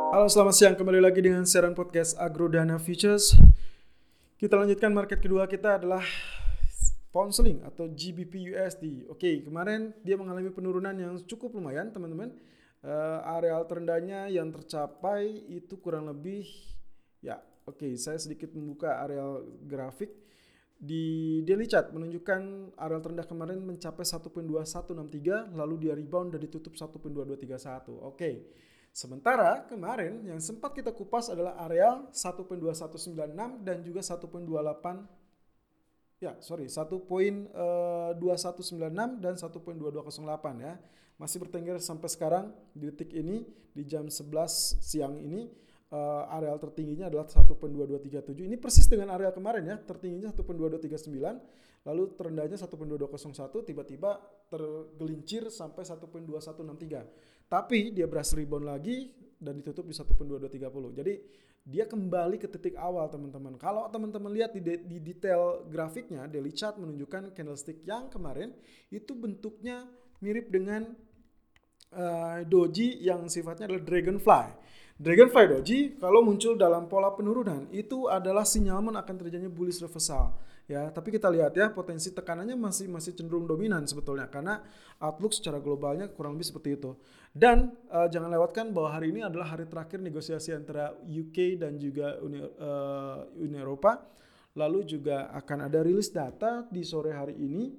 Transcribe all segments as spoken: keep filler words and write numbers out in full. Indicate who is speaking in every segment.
Speaker 1: Halo, selamat siang. Kembali lagi dengan siaran podcast Agrodana Futures. Kita lanjutkan market kedua kita adalah pound sterling atau G B P U S D. Oke, kemarin dia mengalami penurunan yang cukup lumayan, teman-teman. Uh, areal terendahnya yang tercapai itu kurang lebih ya. Oke, saya sedikit membuka areal grafik di daily chart menunjukkan areal terendah kemarin mencapai satu koma dua satu enam tiga, lalu dia rebound dan ditutup satu koma dua dua tiga satu. Oke. Sementara kemarin yang sempat kita kupas adalah area satu koma dua satu sembilan enam dan juga satu koma dua delapan ya, sorry, satu koma dua satu sembilan enam dan satu koma dua dua nol delapan ya. Masih bertengger sampai sekarang di detik ini di jam sebelas siang ini. Uh, areal tertingginya adalah satu koma dua dua tiga tujuh. Ini persis dengan areal kemarin ya. Tertingginya satu koma dua dua tiga sembilan, lalu terendahnya satu koma dua dua nol satu, tiba-tiba tergelincir sampai satu koma dua satu enam tiga. Tapi dia berhasil rebound lagi dan ditutup di satu koma dua dua tiga nol. Jadi dia kembali ke titik awal, teman-teman. Kalau teman-teman lihat di, de- di detail grafiknya, daily chart menunjukkan candlestick yang kemarin itu bentuknya mirip dengan uh, doji yang sifatnya adalah dragonfly. Dragonfly doji kalau muncul dalam pola penurunan itu adalah sinyalmen akan terjadinya bullish reversal ya, tapi kita lihat ya potensi tekanannya masih masih cenderung dominan sebetulnya karena outlook secara globalnya kurang lebih seperti itu. Dan uh, jangan lewatkan bahwa hari ini adalah hari terakhir negosiasi antara U K dan juga Uni, uh, Uni Eropa. Lalu juga akan ada rilis data di sore hari ini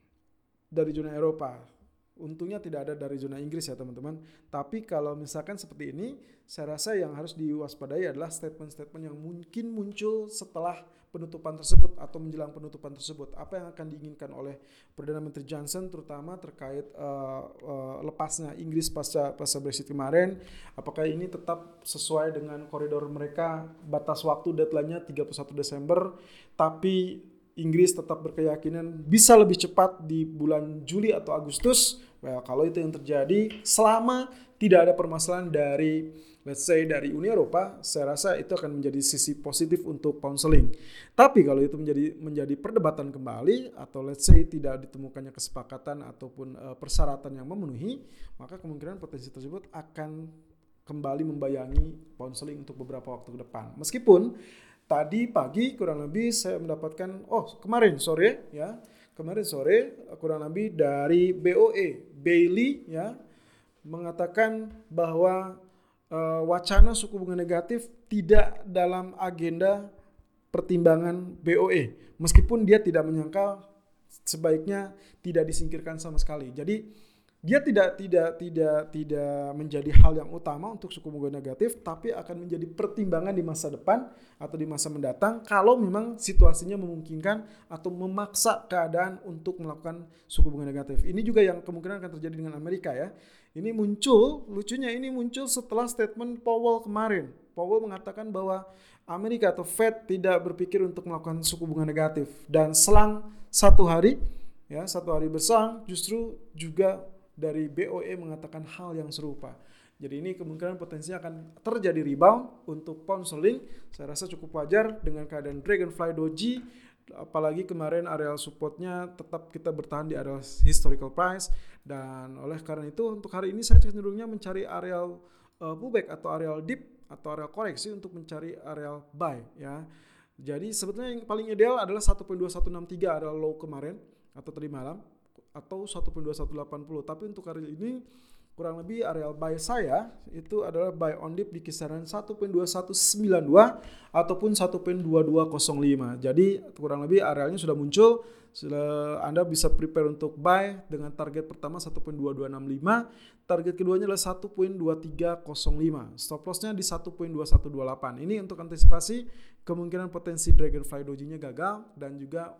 Speaker 1: dari zona Eropa. Untungnya tidak ada dari zona Inggris ya teman-teman. Tapi kalau misalkan seperti ini, saya rasa yang harus diwaspadai adalah statement-statement yang mungkin muncul setelah penutupan tersebut atau menjelang penutupan tersebut. Apa yang akan diinginkan oleh Perdana Menteri Johnson terutama terkait uh, uh, lepasnya Inggris pasca pasca Brexit kemarin. Apakah ini tetap sesuai dengan koridor mereka, batas waktu deadline-nya tiga puluh satu Desember, tapi Inggris tetap berkeyakinan bisa lebih cepat di bulan Juli atau Agustus. Well, kalau itu yang terjadi, selama tidak ada permasalahan dari, let's say dari Uni Eropa, saya rasa itu akan menjadi sisi positif untuk pound sterling. Tapi kalau itu menjadi menjadi perdebatan kembali atau let's say tidak ditemukannya kesepakatan ataupun uh, persyaratan yang memenuhi, maka kemungkinan potensi tersebut akan kembali membayangi pound sterling untuk beberapa waktu ke depan. Meskipun tadi pagi kurang lebih saya mendapatkan, oh kemarin sore ya, kemarin sore kurang lebih dari B O E, Bailey ya, mengatakan bahwa uh, wacana suku bunga negatif tidak dalam agenda pertimbangan B O E. Meskipun dia tidak menyangka sebaiknya tidak disingkirkan sama sekali. Jadi dia tidak tidak tidak tidak menjadi hal yang utama untuk suku bunga negatif, tapi akan menjadi pertimbangan di masa depan atau di masa mendatang kalau memang situasinya memungkinkan atau memaksa keadaan untuk melakukan suku bunga negatif. Ini juga yang kemungkinan akan terjadi dengan Amerika ya. Ini muncul, lucunya ini muncul setelah statement Powell kemarin. Powell mengatakan bahwa Amerika atau Fed tidak berpikir untuk melakukan suku bunga negatif, dan selang satu hari ya, satu hari berselang justru juga dari B O E mengatakan hal yang serupa. Jadi ini kemungkinan potensinya akan terjadi rebound untuk pound sterling. Saya rasa cukup wajar dengan keadaan dragonfly doji, apalagi kemarin areal supportnya tetap kita bertahan di areal historical price, dan oleh karena itu untuk hari ini saya cenderungnya mencari areal uh, pullback atau areal dip atau areal koreksi untuk mencari areal buy ya. Jadi sebetulnya yang paling ideal adalah satu koma dua satu enam tiga areal low kemarin atau tadi malam, atau satu koma dua satu delapan nol. Tapi untuk hari ini kurang lebih areal buy saya itu adalah buy on dip di kisaran satu koma dua satu sembilan dua ataupun satu koma dua dua nol lima. Jadi kurang lebih arealnya sudah muncul. Sudah, Anda bisa prepare untuk buy dengan target pertama satu koma dua dua enam lima, target keduanya adalah satu koma dua tiga nol lima, stop lossnya di satu koma dua satu dua delapan. Ini untuk antisipasi kemungkinan potensi dragonfly doji-nya gagal, dan juga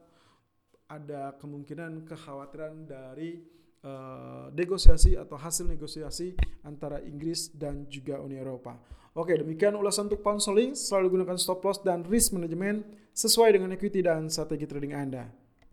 Speaker 1: ada kemungkinan kekhawatiran dari uh, negosiasi atau hasil negosiasi antara Inggris dan juga Uni Eropa. Oke, demikian ulasan untuk pound sterling. Selalu gunakan stop loss dan risk management sesuai dengan equity dan strategi trading Anda.